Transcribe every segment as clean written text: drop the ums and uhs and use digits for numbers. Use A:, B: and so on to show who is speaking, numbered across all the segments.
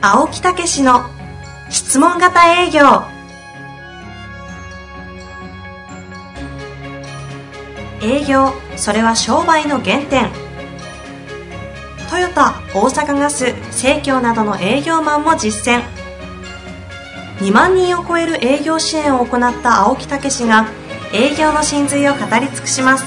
A: 青木武の質問型営業。営業、それは商売の原点。トヨタ、大阪ガス、生協などの営業マンも実践。2万人を超える営業支援を行った青木武が営業の真髄を語り尽くします。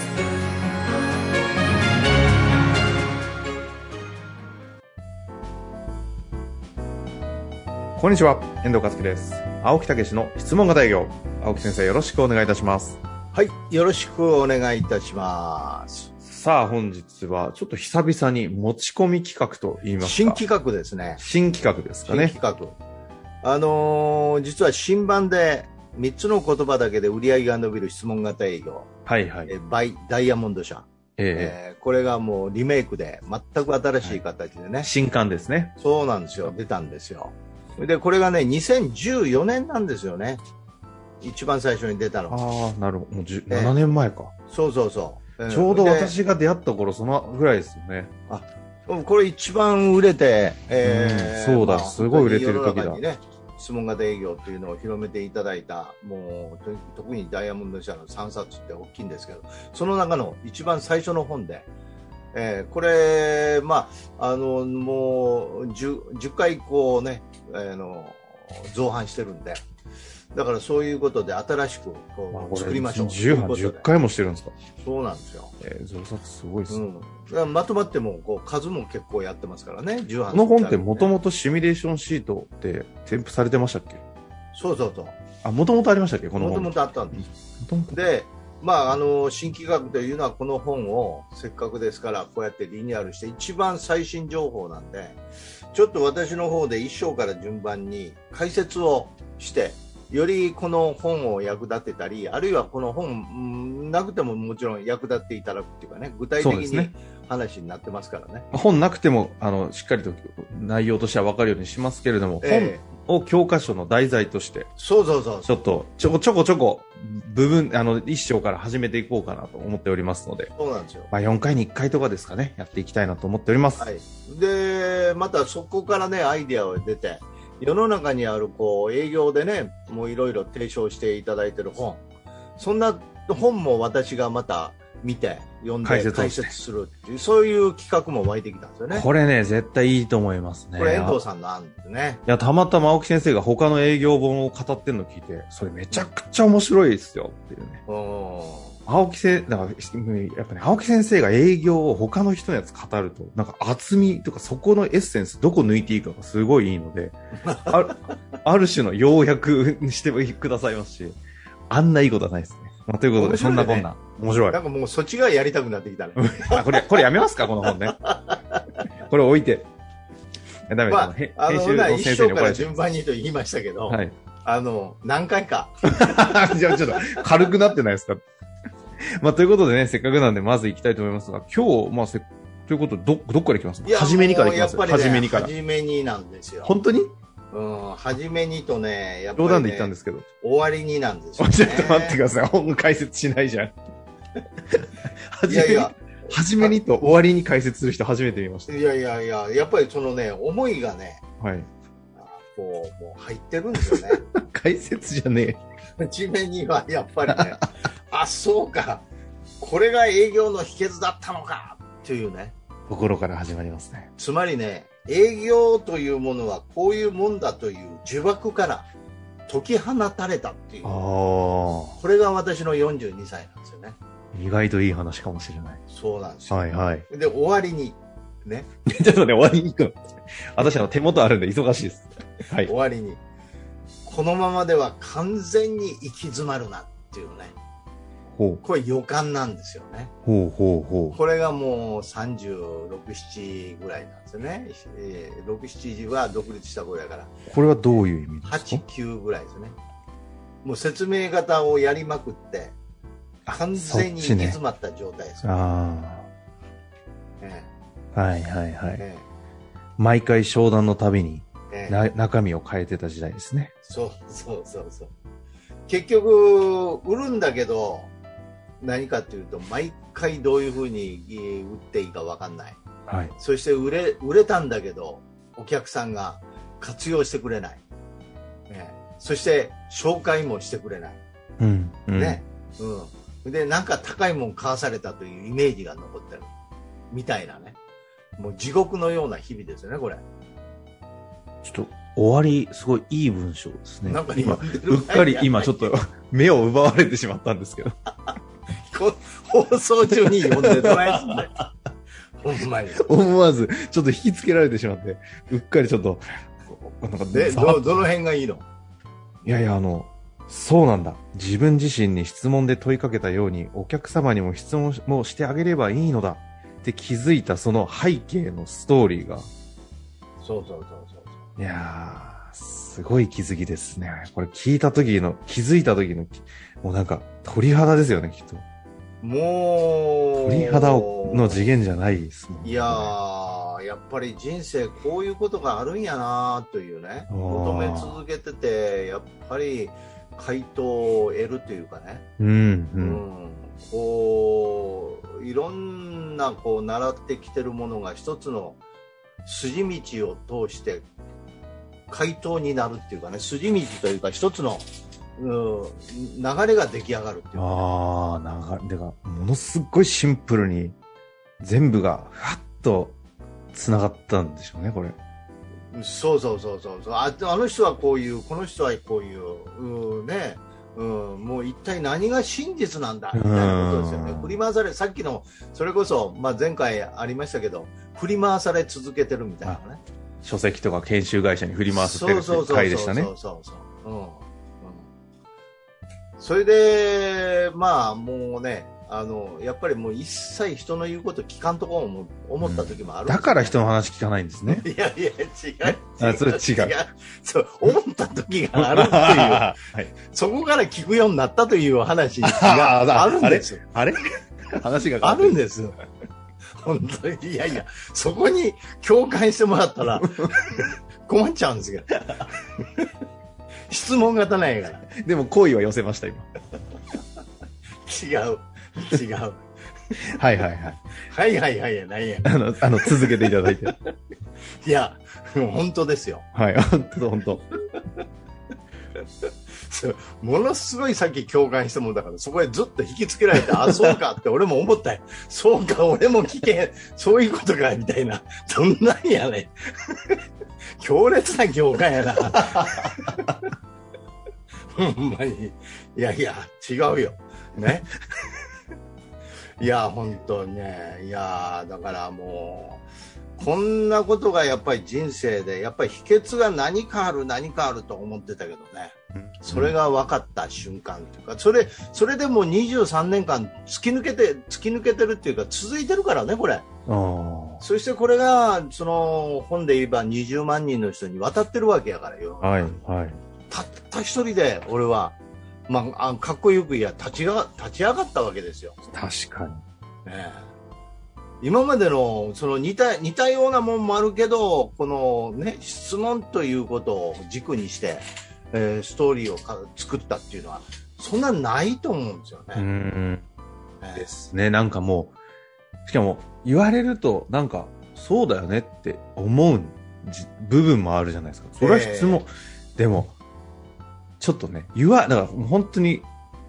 B: こんにちは、遠藤和樹です。青木武の質問型営業。青木先生、よろしくお願いいたします。
C: はい、よろしくお願いいたします。
B: さあ、本日はちょっと久々に持ち込み企画と言いますか。
C: 新企画ですね。
B: 新企画ですかね。
C: 新企画。実は新版で3つの言葉だけで売り上げが伸びる質問型営業。
B: はいはい。
C: バイダイヤモンド社。これがもうリメイクで全く新しい形でね。
B: 新刊ですね。
C: そうなんですよ。出たんですよ。で、これがね、2014年なんですよね。一番最初に出たの。
B: ああ、なるほど。もう7年前か。
C: そうそうそう。
B: ちょうど私が出会った頃、そのぐらいですよね。
C: あ、これ一番売れて、
B: そうだ、すごい売れてる時だ。
C: ね、質問型営業っていうのを広めていただいた、もう、特にダイヤモンド社の3冊って大きいんですけど、その中の一番最初の本で、これ、もう 10回こうね、造反してるんで、だからそういうことで新しくこう作りましょう。
B: 10回もしてるんですか。
C: そうなんですよ。
B: 増刷すごいですね。
C: だからまとまってもこう数も結構やってますからね。
B: この本ってもともとシミュレーションシートって添付されてましたっけ。
C: そうそうそう。
B: あ、もともとありましたっけ、この本。
C: もともとあったんです。で、新企画というのはこの本をせっかくですからこうやってリニューアルして一番最新情報なんで、ちょっと私の方で1章から順番に解説をしてよりこの本を役立てたり、あるいはこの本なくてももちろん役立っていただくっていうかね、具体的に話になってますからね。
B: 本なくてもしっかりと内容としては分かるようにしますけれども、本を教科書の題材として、そうちょっとちょこ部分一章から始めていこうかなと思っておりますので、
C: そうなんですよ。
B: 4回に1回とかですかね、やっていきたいなと思っております。
C: はい。で、またそこからねアイデアを出て。世の中にあるこう営業でね、もういろいろ提唱していただいている本、そんな本も私がまた見て読んで解説するっていう、そういう企画も湧いてきたんですよね。
B: これね、絶対いいと思いますね。
C: これ遠藤さんの案ですね。
B: いや、たまたま青木先生が他の営業本を語ってるのを聞いて、それめちゃくちゃ面白いですよっていうね。青木先生、だからやっぱね、青木先生が営業を他の人のやつ語ると、なんか厚みとかそこのエッセンスどこ抜いていいかがすごいいいので、ある種の要約にしてくださいますし、あんないいことはないですね。ということで、そんなこんな。面白い。
C: なんかもうそっちがやりたくなってきたね。
B: これやめますか、この本ね。これ置いて。ダメだ、編集の先生に怒られちゃう。
C: 順番にと言いましたけど、
B: はい、
C: 何回か。
B: じゃあちょっと軽くなってないですか。ということでね、せっかくなんでまず行きたいと思いますが、今日、ということで、どっから行きますか。初めにから行きます。初めにから。
C: 初めになんですよ。
B: 本当に？
C: 初めにとね、やっぱり、ね、
B: 冗談で言ったんですけど。
C: 終わりになんですよ、ね。
B: ちょっと待ってください。本解説しないじゃん。初めにと終わりに解説する人初めて見ました。
C: いや、やっぱりそのね、思いがね、
B: はい。
C: もう入ってるんですよね。
B: 解説じゃねえ。
C: 初めにはやっぱりね、あ、そうか。これが営業の秘訣だったのかっていうね。
B: 心から始まりますね。
C: つまりね、営業というものはこういうもんだという呪縛から解き放たれたっていう。これが私の42歳なんですよね。
B: 意外といい話かもしれない。
C: そうなんですよ。
B: はいはい。
C: で、終わりに。ね。
B: ちょっとね、終わりに行くの。私手元あるんで忙しいです。はい。
C: 終わりに。このままでは完全に行き詰まるなっていうね。これ予感なんですよね。これがもう36、7ぐらいなんですよね。6、7時は独立した頃やから。
B: これはどういう意味ですか？
C: 8、9ぐらいですね。もう説明型をやりまくって、完全に行き詰まった状態ですよ、ね。
B: はいはいはい。毎回商談のたびに、中身を変えてた時代ですね。
C: そう。結局、売るんだけど、何かっていうと、毎回どういうふうに売っていいか分かんない。
B: はい。
C: そして売れたんだけど、お客さんが活用してくれない。そして紹介もしてくれない。
B: うんうん、
C: ね。で、なんか高いもん買わされたというイメージが残ってる。みたいなね。もう地獄のような日々ですよね、これ。
B: ちょっと、終わり、すごいいい文章ですね。
C: なんか
B: 今、うっかり今ちょっと目を奪われてしまったんですけど。
C: 放送中に読んでどないすんだよ。ほんまに。
B: 思わず、ちょっと引きつけられてしまって、うっかりちょっと、
C: なんかどの辺がいいの？
B: いやいや、そうなんだ。自分自身に質問で問いかけたように、お客様にも質問もしてあげればいいのだって気づいたその背景のストーリーが。
C: そう。
B: いやー、すごい気づきですね。これ気づいた時の、もうなんか鳥肌ですよね、きっと。
C: もう。
B: 鳥肌の次元じゃないですもんね。
C: いやー、やっぱり人生こういうことがあるんやなというね、求め続けてて、やっぱり回答を得るというかね、こう、いろんなこう習ってきてるものが一つの筋道を通して回答になるっていうかね、筋道というか一つの流れが出来上がるっていうか、
B: 流れがものすごいシンプルに全部がふわっとつながったんでしょうね、これ。
C: そう。あの人はこういう、この人はこういう、ね、もう一体何が真実なんだみたいなことですよね。振り回され、さっきのそれこそ、前回ありましたけど、振り回され続けてるみたいなね。
B: 書籍とか研修会社に振り回してる回でしたね。
C: それで、もうね、やっぱりもう一切人の言うこと聞かんとこも思った時もある、
B: だから人の話聞かないんですね。
C: いや、違う。
B: それ違う。
C: そう、思った時があるっていう、はい、そこから聞くようになったという話があるんですよ。
B: あれ話が
C: あるんですよ。本当に。いや、そこに共感してもらったら困っちゃうんですけど。質問型なんやから。
B: でも好意は寄せました、今。
C: 違う。
B: はい
C: やないや。
B: 続けていただいて。
C: いや、もう本当ですよ。
B: はい、本当。
C: ものすごいさっき共感したもんだから、そこへずっと引きつけられて、あ、そうかって俺も思ったよ。そうか、俺も聞け、そういうことか、みたいな。どんなんやねん。強烈な共感やな。ほんまに。いや、違うよ。ね。いや、本当にね。いや、だからもう、こんなことがやっぱり人生で、やっぱり秘訣が何かあると思ってたけどね。それが分かった瞬間というか、それでも23年間突き抜けてるっていうか、続いてるからね、これ。そしてこれが、その本で言えば20万人の人に渡ってるわけやからよ。
B: はい。
C: たった一人で、俺は、かっこよく立ち上がったわけですよ。
B: 確かに。
C: 今までの、その似たようなもんもあるけど、このね、質問ということを軸にして、ストーリーを作ったっていうのは、そんなないと思うんですよね。
B: ですね。なんかもう、しかも言われると、なんか、そうだよねって思う部分もあるじゃないですか。それは質問。でも、ちょっとね、だから本当に、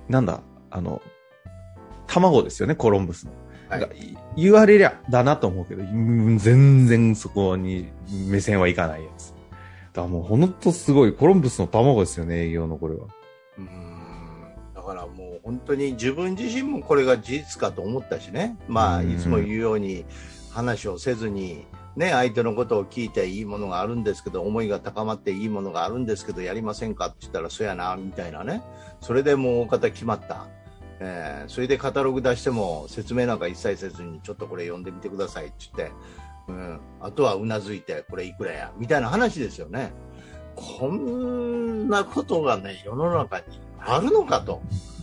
B: 卵ですよね、コロンブスの。はい、言われりゃだなと思うけど、全然そこに目線はいかないやつ。だからもう本当すごい、コロンブスの卵ですよね、営業のこれは。
C: だからもう本当に自分自身もこれが事実かと思ったしね。いつも言うように話をせずに、ね、相手のことを聞いていいものがあるんですけど、思いが高まっていいものがあるんですけど、やりませんかって言ったら、そうやな、みたいなね。それでもう大方決まった。それでカタログ出しても説明なんか一切せずに、ちょっとこれ読んでみてくださいって言って、あとはうなずいて、これいくらや、みたいな話ですよね。こんなことがね、世の中にあるのかと、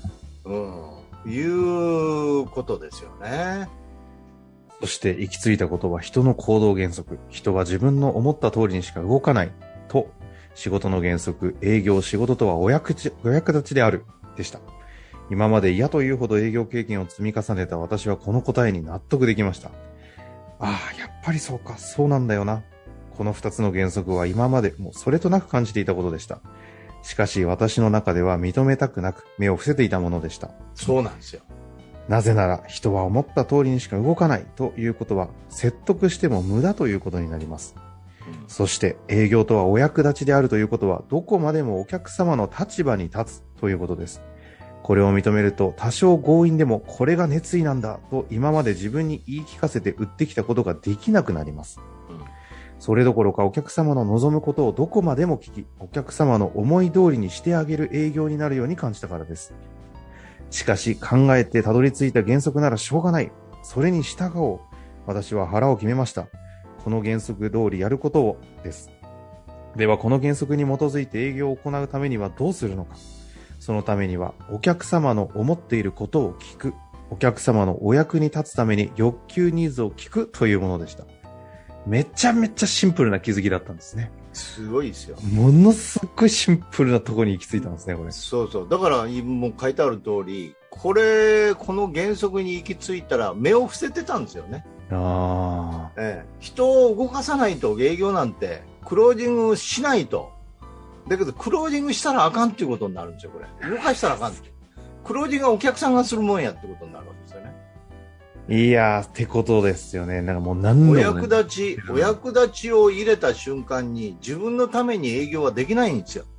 C: いうことですよね。
B: そして行き着いたことは人の行動原則。人は自分の思った通りにしか動かない。と、仕事の原則、営業、仕事とはお役立ちである。でした。今まで嫌というほど営業経験を積み重ねた私はこの答えに納得できました。ああ、やっぱりそうか、そうなんだよな。 この2つの原則は今までもそれとなく感じていたことでした。しかし私の中では認めたくなく目を伏せていたものでした。
C: そうなんですよ。
B: なぜなら人は思った通りにしか動かないということは説得しても無駄ということになります。そして営業とはお役立ちであるということはどこまでもお客様の立場に立つということです。これを認めると多少強引でもこれが熱意なんだと今まで自分に言い聞かせて売ってきたことができなくなります。それどころかお客様の望むことをどこまでも聞き、お客様の思い通りにしてあげる営業になるように感じたからです。しかし考えてたどり着いた原則ならしょうがない。それに従おう。私は腹を決めました。この原則通りやることをです。ではこの原則に基づいて営業を行うためにはどうするのか。そのためにはお客様の思っていることを聞く。お客様のお役に立つために欲求ニーズを聞くというものでした。めちゃめちゃシンプルな気づきだったんですね。
C: すごいですよ。
B: ものすごいシンプルなところに行き着いたんですね、これ。
C: そうそう。だからもう書いてある通り、この原則に行き着いたら目を伏せてたんですよね。人を動かさないと営業なんてクロージングしないと。だけどクロージングしたらあかんっていうことになるんですよ、これ。動かしたらあかんって。クロージングはお客さんがするもんやってことになるわけですよね。
B: いやー、ってことですよね。なんかもう何の、
C: お役立ちを入れた瞬間に自分のために営業はできないんですよ。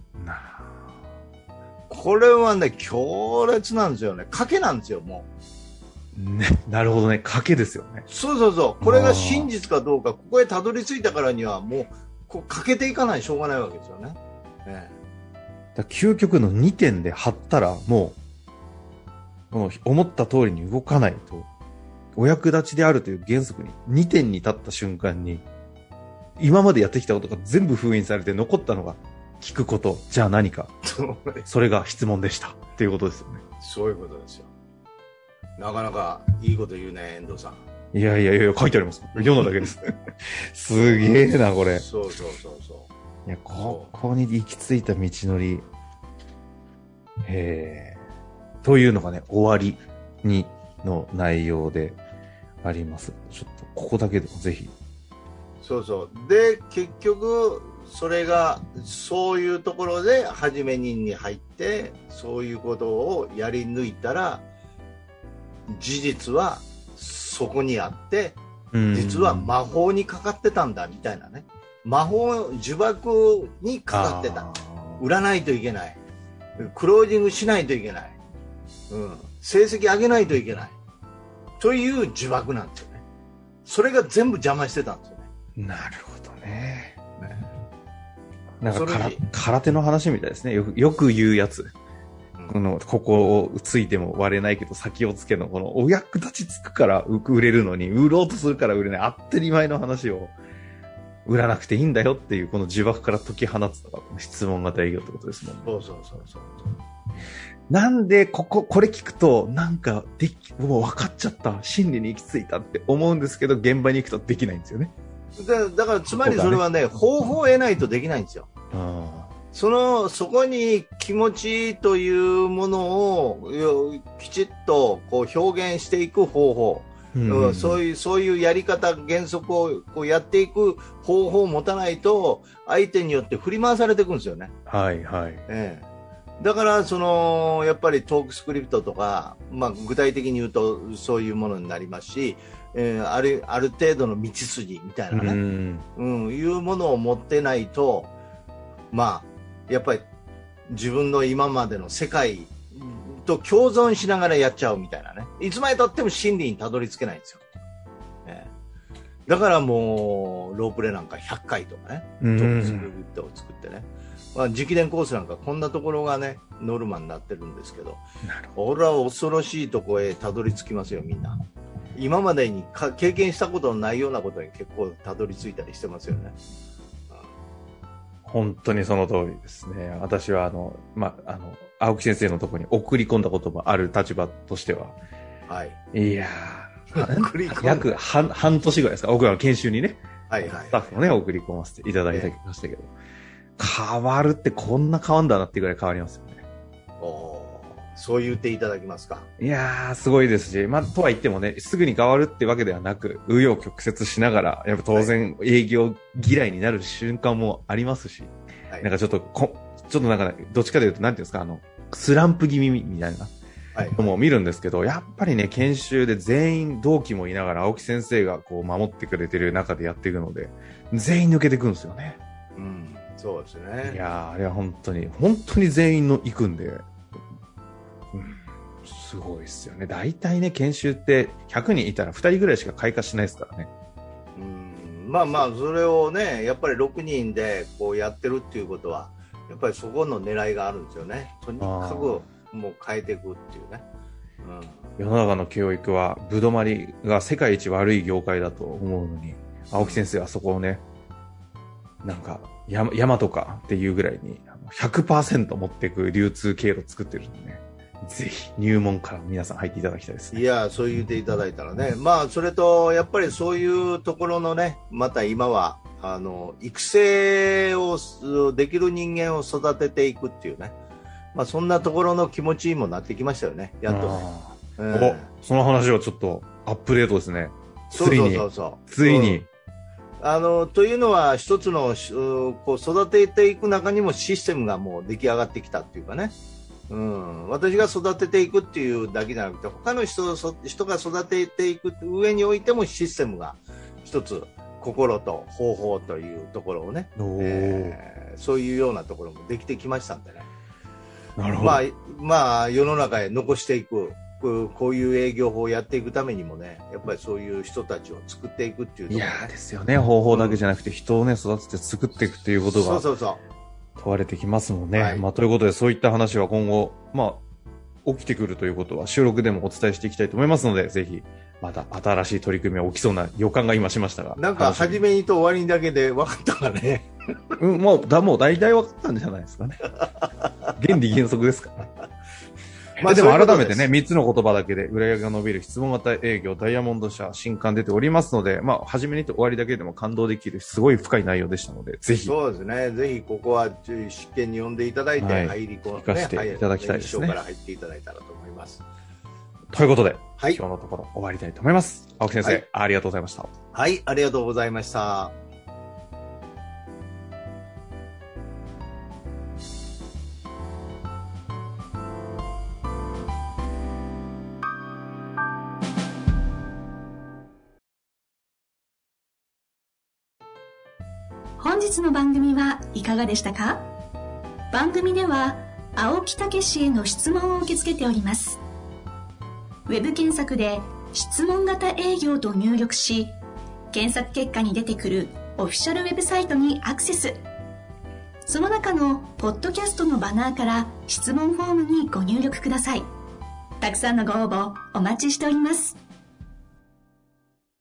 C: これはね、強烈なんですよね。賭けなんですよ、も
B: う。ね、なるほどね。賭けですよね。
C: そうそうそう。これが真実かどうか、ここへたどり着いたからには、もう、賭けていかないとしょうがないわけですよね。
B: だ究極の2点で張ったら、もう、この思った通りに動かないと、お役立ちであるという原則に2点に立った瞬間に、今までやってきたことが全部封印されて残ったのが、聞くこと、じゃあ何か。それが質問でした。っていうことですよね。
C: そういうことですよ。なかなかいいこと言うね、遠藤さん。
B: いや、書いてあります。読んだだけです。すげえな、これ。
C: そう。
B: いや、ここに行き着いた道のり。というのがね、終わりの内容であります。ちょっと、ここだけでもぜひ。
C: そう。で、結局、それが、そういうところで、始め人に入って、そういうことをやり抜いたら、事実はそこにあって、実は魔法にかかってたんだ、みたいなね。魔法、呪縛にかかってた。売らないといけない。クロージングしないといけない。成績上げないといけない。という呪縛なんですよね。それが全部邪魔してたんですよね。
B: なるほどね。なんか空手の話みたいですね。よく言うやつ。ここをついても割れないけど先をつけのこのお役立ちつくから売れるのに売ろうとするから売れない当たり前の話を売らなくていいんだよっていうこの呪縛から解き放つのが質問型営業ってことですもんね。
C: そう。
B: なんでこれ聞くとなんかもう分かっちゃった真理に行き着いたって思うんですけど現場に行くとできないんですよね。
C: だからつまりそれはね方法を得ないとできないんですよ。そこに気持ちというものをきちっとこう表現していく方法、そういうやり方原則をこうやっていく方法を持たないと相手によって振り回されていくんですよね。だからやっぱりトークスクリプトとか、具体的に言うとそういうものになりますし、ある程度の道筋みたいなね、いうものを持ってないとやっぱり自分の今までの世界と共存しながらやっちゃうみたいなね。いつまでたっても真理にたどり着けないんですよ。だからもうロープレなんか100回とかね、トークスクリプトを作ってね。直伝コースなんかこんなところがねノルマになってるんですけど、俺は恐ろしいところへたどり着きますよみんな。今までに経験したことのないようなことに結構たどり着いたりしてますよね。
B: 本当にその通りですね。私は青木先生のところに送り込んだこともある立場としては、いやー約半年ぐらいですか。僕らの研修にね、スタッフもね送り込ませていただいてましたけど、変わるってこんな変わんだなっていうぐらい変わりますよね。
C: そう言っていただきますか。
B: いやー、すごいですし、とは言ってもね、すぐに変わるってわけではなく、紆余曲折しながら、やっぱ当然営業嫌いになる瞬間もありますし、はい、なんかちょっとなんか、どっちかというと、なんていうんですか、スランプ気味みたいなのも見るんですけど、やっぱりね、研修で全員同期もいながら、青木先生がこう守ってくれてる中でやっていくので、全員抜けていくんですよね。
C: うん、そうですね。
B: いやー、あれは本当に全員の行くんで、すごいですよね。大体ね、研修って100人いたら2人ぐらいしか開花しないですからね。
C: それをね、やっぱり6人でこうやってるっていうことは、やっぱりそこの狙いがあるんですよね。とにかくもう変えていくっていうね。
B: 世の中の教育はぶどまりが世界一悪い業界だと思うのに、青木先生はそこをね、なんか山とかっていうぐらいに 100% 持っていく流通経路作ってるんでね。ぜひ入門から皆さん入っていただきたいですね。
C: いや、そう言っていただいたらね、それとやっぱりそういうところのね、また今は育成をできる人間を育てていくっていうね、そんなところの気持ちにもなってきましたよね、やっとね。
B: その話はちょっとアップデートですね。ついに。
C: というのは一つのこう育てていく中にもシステムがもう出来上がってきたっていうかね。私が育てていくっていうだけじゃなくて、他の人が育てていく上においてもシステムが一つ、心と方法というところをね、そういうようなところもできてきましたんでね。
B: なるほど。
C: 世の中へ残していく、こういう営業法をやっていくためにもね、やっぱりそういう人たちを作っていくっていうところ。
B: いやですよね。方法だけじゃなくて、人をね、育てて作っていくっていうことが。問われてきますもんね。はい、ということで、そういった話は今後、起きてくるということは収録でもお伝えしていきたいと思いますので、ぜひ、また新しい取り組みが起きそうな予感が今しましたが。
C: なんか、初めにと終わりにだけで分かったかね。
B: もう大体分かったんじゃないですかね。原理原則ですから。でも改めてね、3つの言葉だけで売り上げが伸びる質問型営業ダイヤモンド社新刊出ておりますので、初めにと終わりだけでも感動できるすごい深い内容でしたので、ぜひ。
C: そうですね。ぜひここは試験に読んでいただいて、入り込んで、
B: 聞かせていただきたいですね。
C: から入っていただいたらと思います。
B: ということで、今日のところ終わりたいと思います。青木先生、ありがとうございました。
C: はい、ありがとうございました。
A: 本日の番組はいかがでしたか？番組では青木武への質問を受け付けております。ウェブ検索で質問型営業と入力し、検索結果に出てくるオフィシャルウェブサイトにアクセス。その中のポッドキャストのバナーから質問フォームにご入力ください。たくさんのご応募お待ちしております。